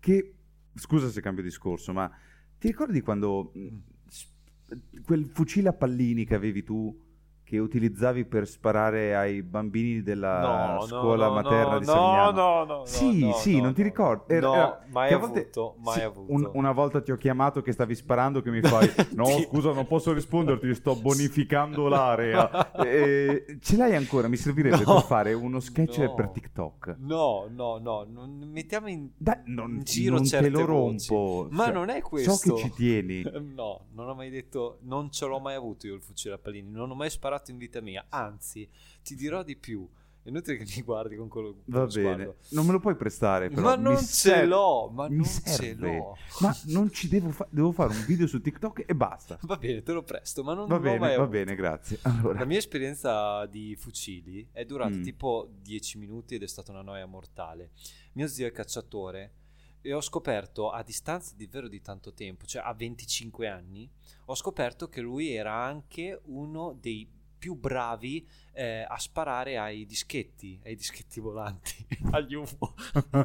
che, scusa se cambio discorso, ma ti ricordi quando quel fucile a pallini che avevi tu, che utilizzavi per sparare ai bambini della scuola materna di Savignano? Sì, non ti ricordi? Mai avuto. Una volta ti ho chiamato che stavi sparando, che mi fai no scusa non posso risponderti, sto bonificando l'area. Ce l'hai ancora? Mi servirebbe per fare uno sketch per TikTok. No, non mettiamo in giro non certe te lo voci. rompo, Ma non è questo. So che ci tieni. No, non ho mai detto, non ce l'ho mai avuto io il fucile a pallini, non ho mai sparato in vita mia, anzi ti dirò di più, è inutile che mi guardi con quello va bene sguardo. Non me lo puoi prestare però. Ma non ce l'ho, ma non ci devo fare un video su TikTok e basta. Va bene, te lo presto, ma non va l'ho bene, mai va avuto. Bene, grazie. Allora, la mia esperienza di fucili è durata tipo 10 minuti ed è stata una noia mortale. Mio zio è cacciatore e ho scoperto a distanza davvero di tanto tempo, cioè a 25 anni, ho scoperto che lui era anche uno dei più bravi a sparare ai dischetti volanti, agli UFO.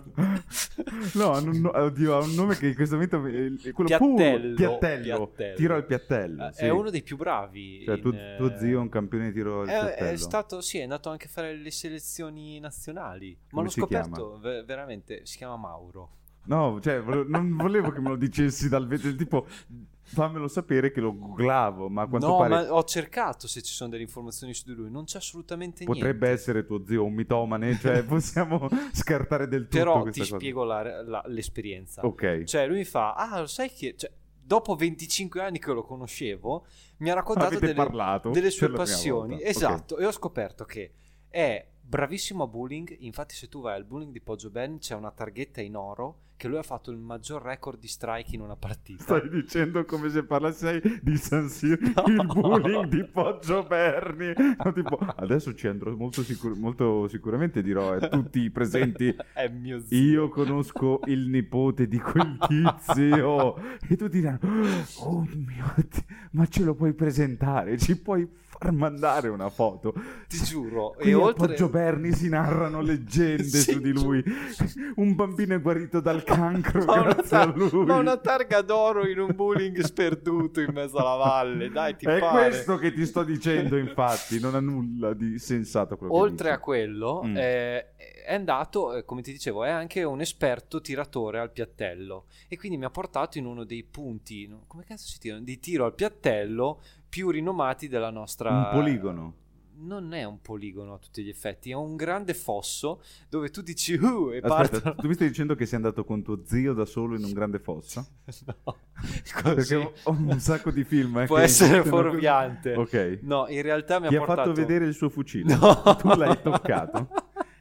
Oddio, ha un nome che in questo momento è quello piattello. Tiro al piattello. Sì. È uno dei più bravi. Cioè, tuo zio è un campione di tiro al piattello. È stato, sì, è andato anche a fare le selezioni nazionali. Come ma l'ho scoperto veramente, si chiama Mauro. No, cioè, non volevo che me lo dicessi dal vetro, tipo, fammelo sapere che lo googlavo, ma a quanto pare... ma ho cercato se ci sono delle informazioni su di lui, non c'è assolutamente niente. Potrebbe essere tuo zio un mitomane, cioè possiamo scartare del tutto però questa cosa. Però ti spiego l'esperienza. Ok. Cioè, lui mi fa, lo sai che... Cioè, dopo 25 anni che lo conoscevo, mi ha raccontato delle sue passioni. Esatto, okay. E ho scoperto che è bravissimo a bowling. Infatti se tu vai al bowling di Poggioberni c'è una targhetta in oro che lui ha fatto il maggior record di strike in una partita. Stai dicendo come se parlassi di San Siro, il bowling di Poggioberni. No, tipo, adesso ci andrò molto sicuramente, dirò a tutti i presenti è mio zio. Io conosco il nipote di quel tizio. E tu dirai oh mio Dio, ma ce lo puoi presentare? Ci puoi far mandare una foto? Ti giuro. Qui e oltre a Poggioberni si narrano leggende su di lui. Un bambino è guarito dal cancro grazie a lui. Ma una targa d'oro in un bowling sperduto in mezzo alla valle, dai, ti è pare? Questo che ti sto dicendo, infatti non ha nulla di sensato quello che oltre dici. A quello è andato, come ti dicevo, è anche un esperto tiratore al piattello e quindi mi ha portato in uno dei punti, no? Come cazzo si tirano? Di tiro al piattello più rinomati della nostra... Un poligono. Non è un poligono a tutti gli effetti, è un grande fosso dove tu dici e aspetta, tu mi stai dicendo che sei andato con tuo zio da solo in un grande fosso? No, perché ho un sacco di film può essere fuorviante. Ok. No, in realtà mi ha fatto vedere il suo fucile. No. Tu l'hai toccato.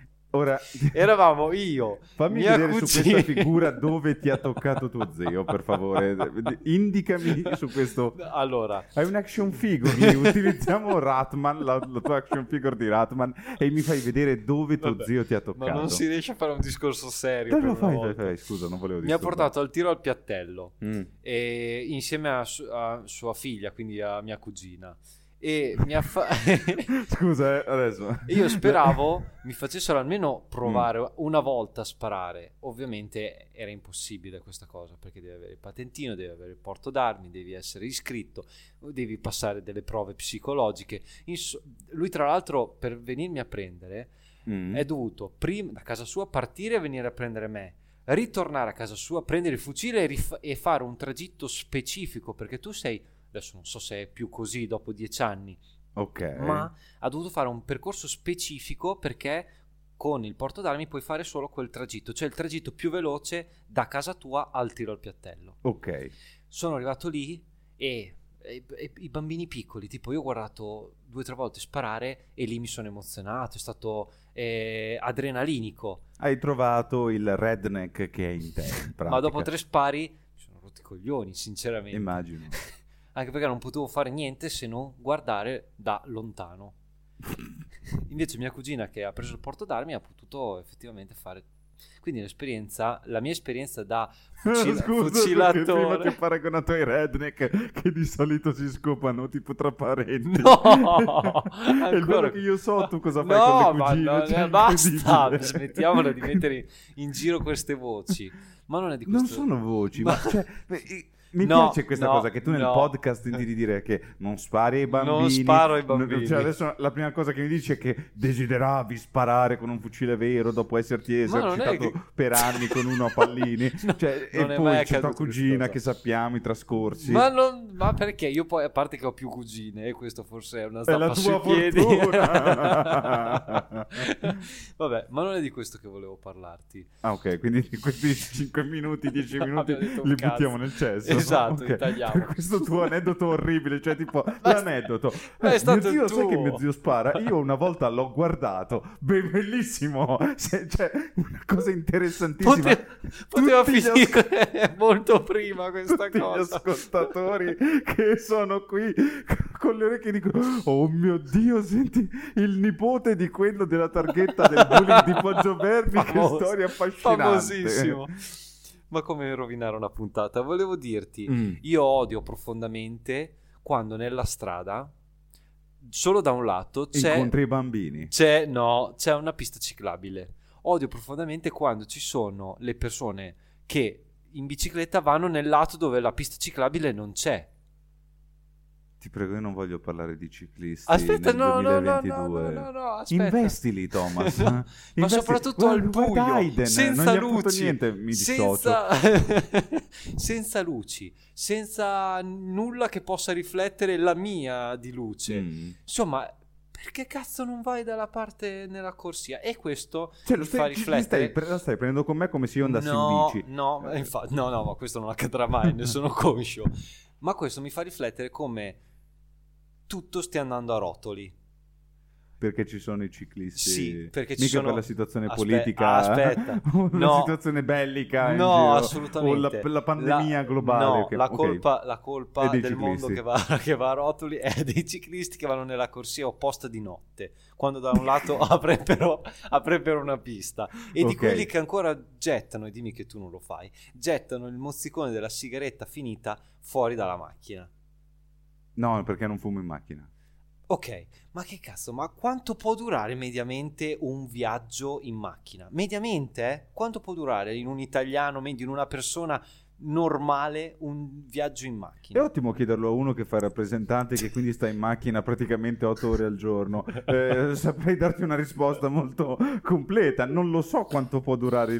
Ora eravamo io, fammi mia vedere cugina. Su questa figura dove ti ha toccato tuo zio, per favore. Indicami su questo. Allora, hai un action figure, utilizziamo Ratman, la tua action figure di Ratman, e mi fai vedere dove tuo zio ti ha toccato. Ma non si riesce a fare un discorso serio. No, fai, scusa, non volevo dire. Mi ha portato al tiro al piattello e insieme a sua figlia, quindi a mia cugina. E mi ha scusa adesso io speravo mi facessero almeno provare una volta a sparare. Ovviamente era impossibile questa cosa, perché devi avere il patentino, devi avere il porto d'armi, devi essere iscritto, devi passare delle prove psicologiche. Lui tra l'altro per venirmi a prendere è dovuto prima da casa sua partire e venire a prendere me, ritornare a casa sua, prendere il fucile e fare un tragitto specifico, perché tu sei, adesso non so se è più così dopo 10 anni, ok, ma ha dovuto fare un percorso specifico perché con il porto d'armi puoi fare solo quel tragitto, cioè il tragitto più veloce da casa tua al tiro al piattello. Ok. Sono arrivato lì e i bambini piccoli, tipo io ho guardato 2 o 3 volte sparare e lì mi sono emozionato, è stato adrenalinico. Hai trovato il redneck che è in te, in pratica. Ma dopo 3 spari mi sono rotti i coglioni, sinceramente. Immagino. Anche perché non potevo fare niente se non guardare da lontano. Invece mia cugina, che ha preso il porto d'armi, ha potuto effettivamente fare. Quindi la mia esperienza da fucilatore. Prima ti ho paragonato ai redneck che di solito si scopano tipo tra parenti. No, è quello che io so, tu cosa fai con le cugine? No, basta, smettiamola di mettere in giro queste voci. Ma non è di questo. Non sono voci, ma cioè, mi piace questa cosa che tu nel podcast tenti di dire che non spari ai bambini. Non sparo ai bambini. Cioè adesso la prima cosa che mi dici è che desideravi sparare con un fucile vero dopo esserti esercitato per anni con uno a pallini. Cioè, e poi c'è tua cugina che sappiamo i trascorsi. Ma perché io poi, a parte che ho più cugine, e questo forse è una zappa sui piedi. Vabbè, ma non è di questo che volevo parlarti. Ah, ok, quindi questi 5 minuti, 10 minuti li buttiamo nel cesso. Esatto, okay. tagliamo. Per questo tuo aneddoto orribile, cioè tipo l'aneddoto. È stato mio zio, il sai che tuo. mio zio spara? Io una volta l'ho guardato, bellissimo, cioè una cosa interessantissima. Poteva finire molto prima questa tutti cosa. Gli ascoltatori che sono qui con le orecchie dicono: oh mio Dio, senti il nipote di quello della targhetta del bullying di Poggio Verbi, che storia affascinante. Famosissimo. Ma come rovinare una puntata? Volevo dirti, io odio profondamente quando nella strada, solo da un lato, incontri i bambini. C'è una pista ciclabile. Odio profondamente quando ci sono le persone che in bicicletta vanno nel lato dove la pista ciclabile non c'è. Ti prego, io non voglio parlare di ciclisti. Aspetta, nel 2022. no, aspetta. Investili, Thomas. Ma soprattutto al buio, Aiden, senza non luci, niente, mi dissocio. senza luci, senza nulla che possa riflettere la mia di luce. Insomma, perché cazzo non vai dalla parte nella corsia? E questo mi fa riflettere. La stai prendendo con me come se io andassi in bici. No, ma questo non accadrà mai, ne sono conscio. Ma questo mi fa riflettere come tutto stia andando a rotoli. Perché ci sono i ciclisti? Sì, perché ci mica sono... per la situazione politica. Aspetta. La situazione bellica. No, assolutamente. O la pandemia globale. No, la colpa del ciclisti. Mondo che va a rotoli è dei ciclisti che vanno nella corsia opposta di notte, quando da un lato avrebbero una pista, e di quelli che ancora gettano, e dimmi che tu non lo fai, gettano il mozzicone della sigaretta finita fuori dalla macchina. No, perché non fumo in macchina. Ok, ma che cazzo, ma quanto può durare mediamente un viaggio in macchina? Mediamente, quanto può durare in un italiano medio, in una persona normale, un viaggio in macchina? È ottimo chiederlo a uno che fa il rappresentante, che quindi sta in macchina praticamente 8 ore al giorno. Saprei darti una risposta molto completa. Non lo so quanto può durare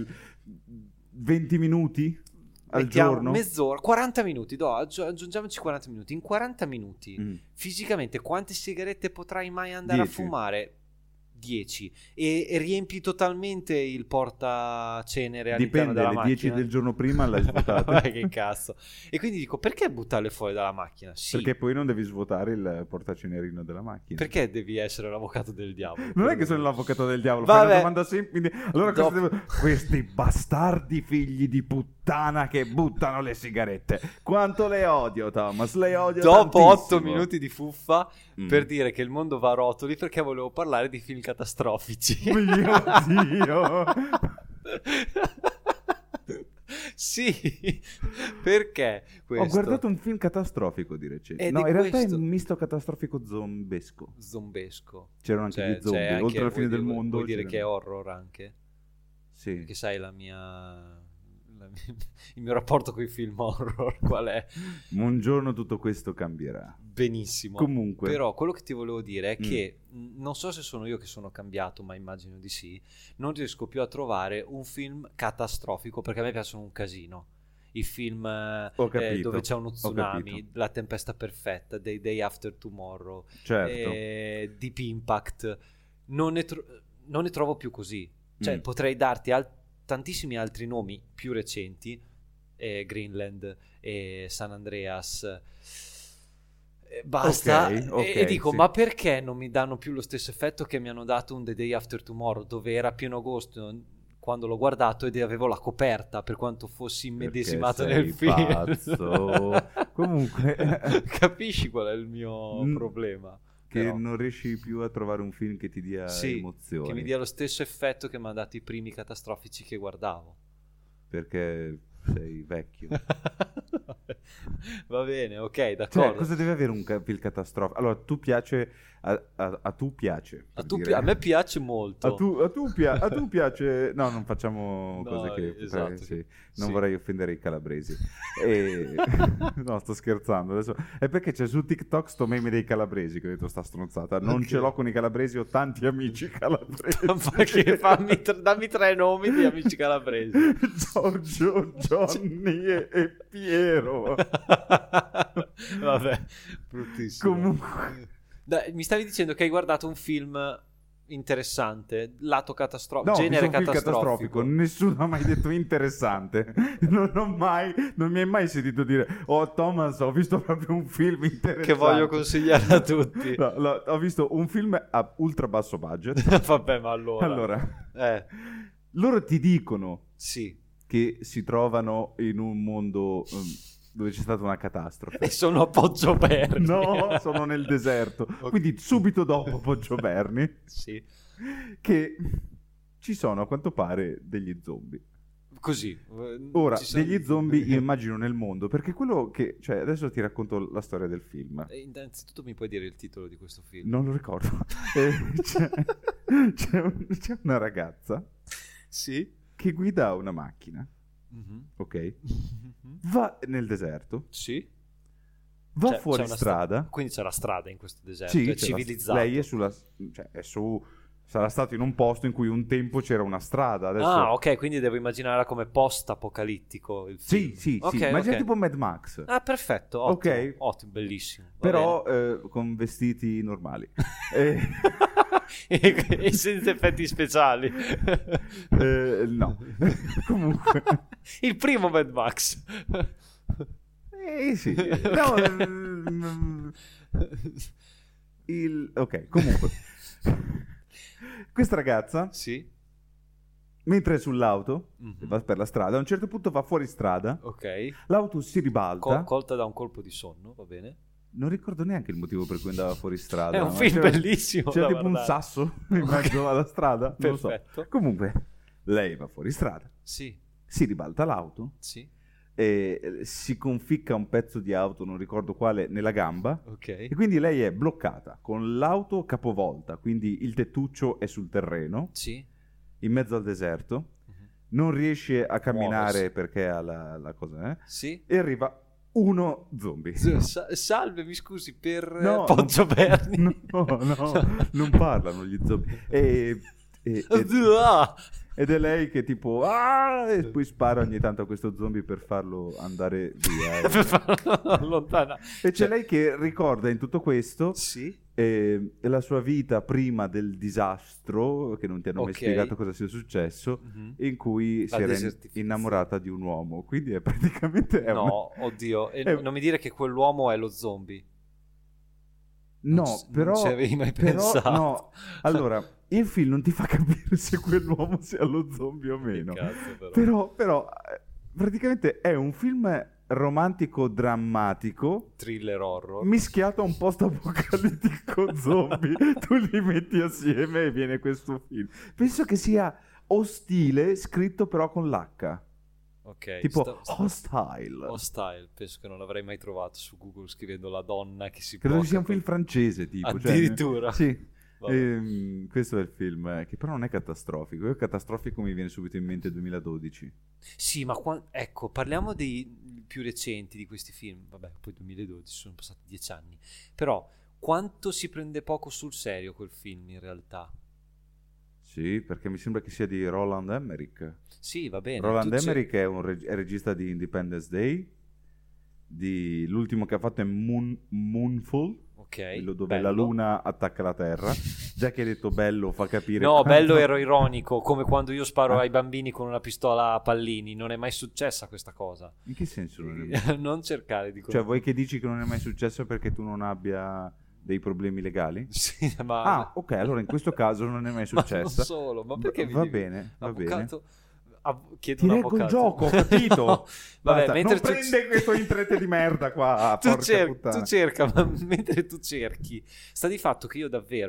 20 minuti? Al giorno? Mezz'ora, 40 minuti, aggiungiamoci 40 minuti. In 40 minuti, fisicamente, quante sigarette potrai mai andare 10. a fumare? 10. E riempi totalmente il portacenere all'interno della macchina. Dipende, le 10 del giorno prima l'hai svuotate. Che cazzo. E quindi dico, perché buttarle fuori dalla macchina? Sì. Perché poi non devi svuotare il portacenerino della macchina. Perché devi essere l'avvocato del diavolo? Non è che sono l'avvocato del diavolo, Vabbè. fai una domanda semplice. Allora questi bastardi figli di puttana che buttano le sigarette. Quanto le odio, Thomas, le odio dopo tantissimo. 8 minuti di fuffa per dire che il mondo va a rotoli, perché volevo parlare di film catastrofici. Mio Dio. Sì, perché questo? Ho guardato un film catastrofico di recente. No, in realtà è un misto catastrofico zombesco. C'erano anche gli zombie, anche, oltre alla fine del mondo. Vuoi dire che è horror anche? Sì. Perché sai il mio rapporto con i film horror qual è? Un giorno tutto questo cambierà. Benissimo. Comunque, però quello che ti volevo dire è che non so se sono io che sono cambiato, ma immagino di sì. Non riesco più a trovare un film catastrofico, perché a me piacciono un casino. I film dove c'è uno tsunami, La tempesta perfetta, Day After Tomorrow, certo. Deep Impact. Non ne trovo più così. Cioè, potrei darti tantissimi altri nomi più recenti, Greenland, San Andreas, basta. E dico, ma perché non mi danno più lo stesso effetto che mi hanno dato un The Day After Tomorrow, dove era pieno agosto quando l'ho guardato ed avevo la coperta, per quanto fossi immedesimato nel film. Comunque capisci qual è il mio problema? Che non riesci più a trovare un film che ti dia emozioni. Che mi dia lo stesso effetto che mi ha dato i primi catastrofici che guardavo. Perché sei vecchio. Va bene, ok, Cioè, d'accordo. cosa deve avere un film catastrofico? Allora, tu piace... A tu piace. A me piace molto. A tu piace... No, non facciamo No, cose che... esatto. sì. Non Sì. vorrei offendere i calabresi. No, sto scherzando. Adesso... È perché c'è su TikTok sto meme dei calabresi che ho detto sta stronzata. Non Ok. ce l'ho con i calabresi, ho tanti amici calabresi. Dammi 3 nomi di amici calabresi. Giorgio, Johnny e Piero. Vabbè, bruttissimo. Comunque... Dai, mi stavi dicendo che hai guardato un film interessante, lato catastrofico, No, genere ho visto un film catastrofico. Nessuno ha mai detto interessante. Non mi hai mai sentito dire: Oh, Thomas, ho visto proprio un film interessante Che voglio consigliare a tutti. No, ho visto un film a ultra basso budget. Vabbè, ma Allora, loro ti dicono sì. che si trovano in un mondo dove c'è stata una catastrofe. E sono a Poggioberni. No, sono nel deserto. Ok. Quindi subito dopo Poggioberni, Sì. che ci sono a quanto pare degli zombie. Così. Ora, Ci sono- degli zombie io immagino nel mondo, perché quello che... Cioè, adesso ti racconto la storia del film. Innanzitutto mi puoi dire il titolo di questo film? Non lo ricordo. C'è una ragazza Sì. che guida una macchina, Mhm. ok? Va nel deserto, Sì. va C'è fuori una strada. Quindi c'è la strada in questo deserto, Sì, è c'è la- civilizzato. lei è sulla... Cioè, è su... Sarà stato in un posto in cui un tempo c'era una strada. Adesso... Ah, ok, quindi devo immaginarla come post-apocalittico il Sì, film. sì, Ok, sì. Immagina ok. tipo Mad Max. Ah, perfetto, ottimo, Ok. ottimo, bellissimo. Va Però con vestiti normali. Eh, bene. E senza effetti speciali. no. Comunque... Il primo Mad Max. sì. Ok. No, ok, comunque. Questa ragazza, Sì, mentre è sull'auto, Mhm. va per la strada, a un certo punto va fuori strada, ok. l'auto si ribalta. Colta da un colpo di sonno, va bene. Non ricordo neanche il motivo per cui andava fuori strada. È un ma film c'era- bellissimo C'era da tipo un guardare. sasso in mezzo alla strada. Non lo so. Perfetto. Comunque, lei va fuori strada, Sì, si ribalta l'auto, sì, e si conficca un pezzo di auto, non ricordo quale, nella gamba. ok. E quindi lei è bloccata con l'auto capovolta, quindi il tettuccio è sul terreno, Sì. in mezzo al deserto, Mhm. non riesce a camminare Muoversi. perché ha la cosa, Sì. e arriva uno zombie. Salve, mi scusi, per No, Poggioberni. no, non parlano gli zombie. Ah! Ed è lei che tipo e poi spara ogni tanto a questo zombie per farlo andare via. Per farlo lontana. E c'è lei che ricorda in tutto questo Sì. la sua vita prima del disastro, che non ti hanno mai Ok. spiegato cosa sia successo, Mhm. in cui La si era desertificazione. innamorata di un uomo. Quindi è praticamente... è No, oddio. E è- non mi dire che quell'uomo è lo zombie. No, non però... ci avevi mai però, pensato. no, allora, il film non ti fa capire se quell'uomo sia lo zombie o meno. Che cazzo, però. Però praticamente è un film romantico drammatico Thriller horror. mischiato a un post-apocalittico zombie. Tu li metti assieme e viene questo film. Penso che sia ostile, scritto però con l'H. Ok. Tipo Hostile. Hostile. Penso che non l'avrei mai trovato su Google scrivendo la donna che si Credo blocca che sia un con- film francese, tipo. Addirittura. Sì. Vabbè. Questo è il film, che però non è catastrofico. Io catastrofico mi viene subito in mente 2012. Sì, ma ecco, parliamo dei più recenti di questi film. Vabbè, poi 2012, sono passati 10 anni. Però, quanto si prende poco sul serio quel film in realtà? Sì, perché mi sembra che sia di Roland Emmerich. Sì, va bene. Roland tu c'è- Emmerich è è regista di Independence Day. L'ultimo che ha fatto è Moonfall, Ok, quello dove bello. la luna attacca la terra. Già che hai detto bello, fa capire. No, quanto- bello ero ironico, come quando io sparo Ah. ai bambini con una pistola a pallini. Non è mai successa questa cosa. In che senso non è mai... Non cercare di... Cioè, vuoi che dici che non è mai successo perché tu non abbia dei problemi legali? Sì, ma... Ah, ok, allora in questo caso non è mai Ma non successa. solo, ma perché mi Va devi- bene, va bene. Avvocato... Chiedo Ti un leggo il avvocato. gioco, ho capito. No, vabbè, Basta, mentre non prende questo intrete di merda qua, tu, porca puttana. tu cerca, ma mentre tu cerchi, sta di fatto che io davvero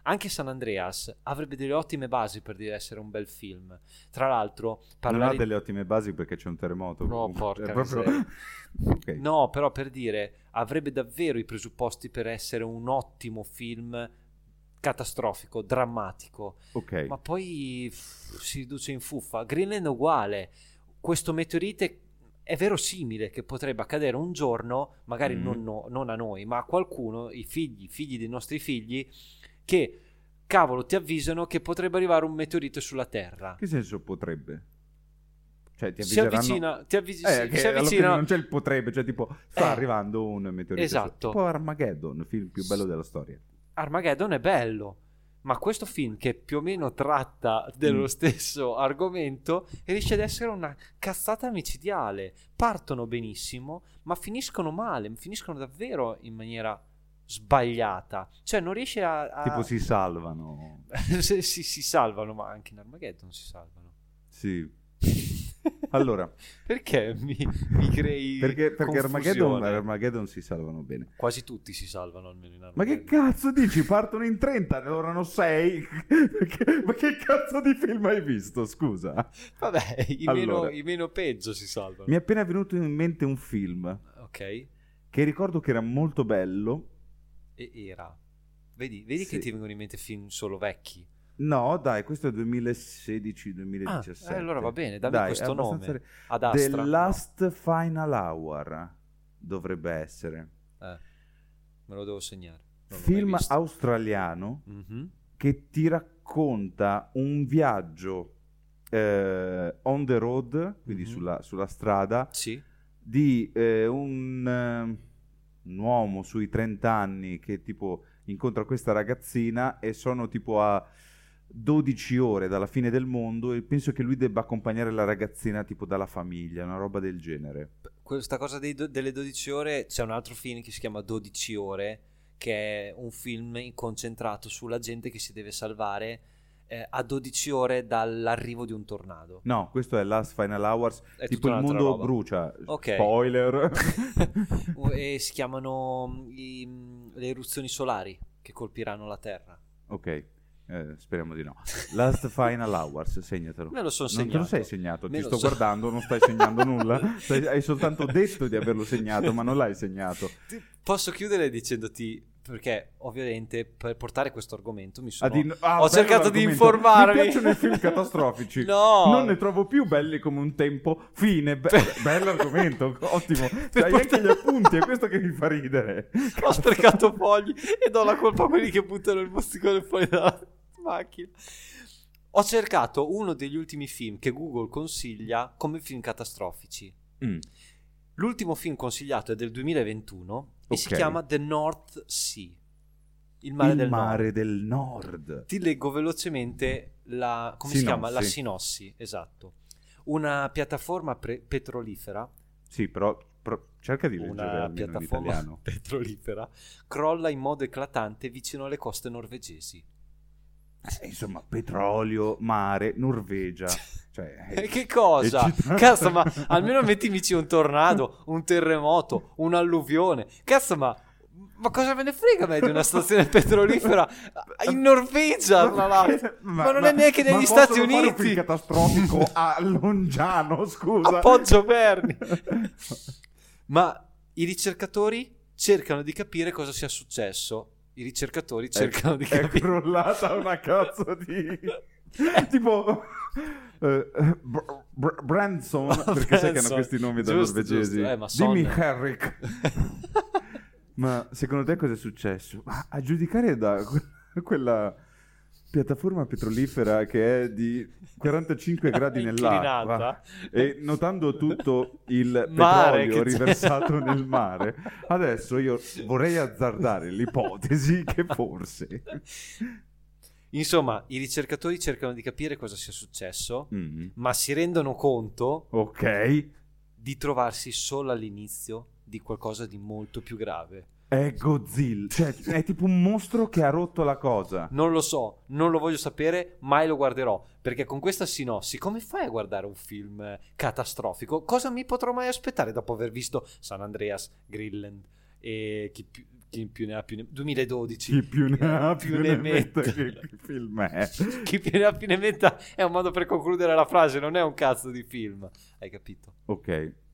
anche San Andreas avrebbe delle ottime basi per dire essere un bel film. Tra l'altro non ha delle ottime basi perché c'è un terremoto. No, porca proprio... okay. No, però per dire, avrebbe davvero i presupposti per essere un ottimo film catastrofico, drammatico. Ok. Ma poi si riduce in fuffa. Greenland è uguale. Questo meteorite è verosimile che potrebbe accadere un giorno, magari non a noi, ma a qualcuno, i figli dei nostri figli, che cavolo ti avvisano che potrebbe arrivare un meteorite sulla Terra. Che senso potrebbe? Cioè ti si avviseranno... si avvicina, non c'è il potrebbe, cioè tipo sta arrivando un meteorite. Esatto. Tipo Armageddon, il film più bello della storia. Armageddon è bello, ma questo film che più o meno tratta dello stesso argomento riesce ad essere una cazzata micidiale. Partono benissimo, ma finiscono male, finiscono davvero in maniera sbagliata. Cioè non riesce a... Tipo si salvano. si salvano, ma anche in Armageddon si salvano. Sì. Allora, perché mi crei perché Armageddon si salvano bene. Quasi tutti si salvano almeno in Armageddon. Ma che cazzo dici? Partono in 30, ne erano 6. Ma che cazzo di film hai visto? Scusa. Vabbè, i meno peggio si salvano. Mi è appena venuto in mente un film. Ok. Che ricordo che era molto bello. E era. Vedi sì. Che ti vengono in mente film solo vecchi. No, dai, questo è 2016-2017. Allora va bene, dammi questo nome. Ad Astra. The Last Final Hour dovrebbe essere. Me lo devo segnare. Film australiano che ti racconta un viaggio on the road, quindi sulla strada, sì, di un uomo sui 30 anni che tipo incontra questa ragazzina e sono tipo a 12 ore dalla fine del mondo e penso che lui debba accompagnare la ragazzina tipo dalla famiglia, una roba del genere. Questa cosa delle 12 ore, c'è un altro film che si chiama 12 ore, che è un film concentrato sulla gente che si deve salvare a 12 ore dall'arrivo di un tornado. No, questo è Last Final Hours, è tipo il mondo roba. Brucia. Okay. Spoiler. E si chiamano le eruzioni solari che colpiranno la Terra. Ok. Speriamo di no. Last Final Hours, segnatelo. Me lo sono segnato. Non te lo sei segnato, ti sto guardando, non stai segnando nulla. Hai soltanto detto di averlo segnato, ma non l'hai segnato. Posso chiudere dicendoti, perché ovviamente per portare questo argomento ho cercato di informarmi. Mi piacciono i film catastrofici. No. Non ne trovo più belli come Un tempo fine. Bello argomento, ottimo. Hai anche gli appunti, è questo che mi fa ridere. Ho sprecato fogli e do la colpa a quelli che buttano il mosticone fuori dalla macchina. Ho cercato uno degli ultimi film che Google consiglia come film catastrofici. L'ultimo film consigliato è del 2021 e si chiama The North Sea, il mare del nord. Ti leggo velocemente la sinossi, esatto. Una piattaforma petrolifera. Sì, però cerca di leggere una piattaforma in italiano. Petrolifera crolla in modo eclatante vicino alle coste norvegesi. Insomma, petrolio, mare, Norvegia. Cioè, che cosa? Cazzo, ma almeno mettimici un tornado, un terremoto, un'alluvione. Cazzo, ma cosa me ne frega a me di una stazione petrolifera in Norvegia? Ma non è neanche negli Stati Uniti. Ma un film catastrofico a Longiano, scusa. A Poggio Verni. Ma i ricercatori cercano di capire cosa sia successo. I ricercatori cercano di capire. È crollata una cazzo di... tipo... Branson, perché sai che hanno questi nomi da norvegesi. Dimmi Herrick. Ma secondo te cosa è successo? A giudicare da quella piattaforma petrolifera che è di 45 gradi nell'acqua e notando tutto il petrolio riversato nel mare, adesso io vorrei azzardare l'ipotesi che forse... Insomma, i ricercatori cercano di capire cosa sia successo, ma si rendono conto di trovarsi solo all'inizio di qualcosa di molto più grave. È Godzilla, cioè è tipo un mostro che ha rotto la cosa. Non lo so, non lo voglio sapere, mai lo guarderò, perché con questa sinossi come fai a guardare un film catastrofico? Cosa mi potrò mai aspettare dopo aver visto San Andreas, Greenland e Chi più ne ha più ne... 2012. Chi più ne ha più ne metta. Che film è? Chi più ne ha più ne metta è un modo per concludere la frase, non è un cazzo di film. Hai capito? Ok.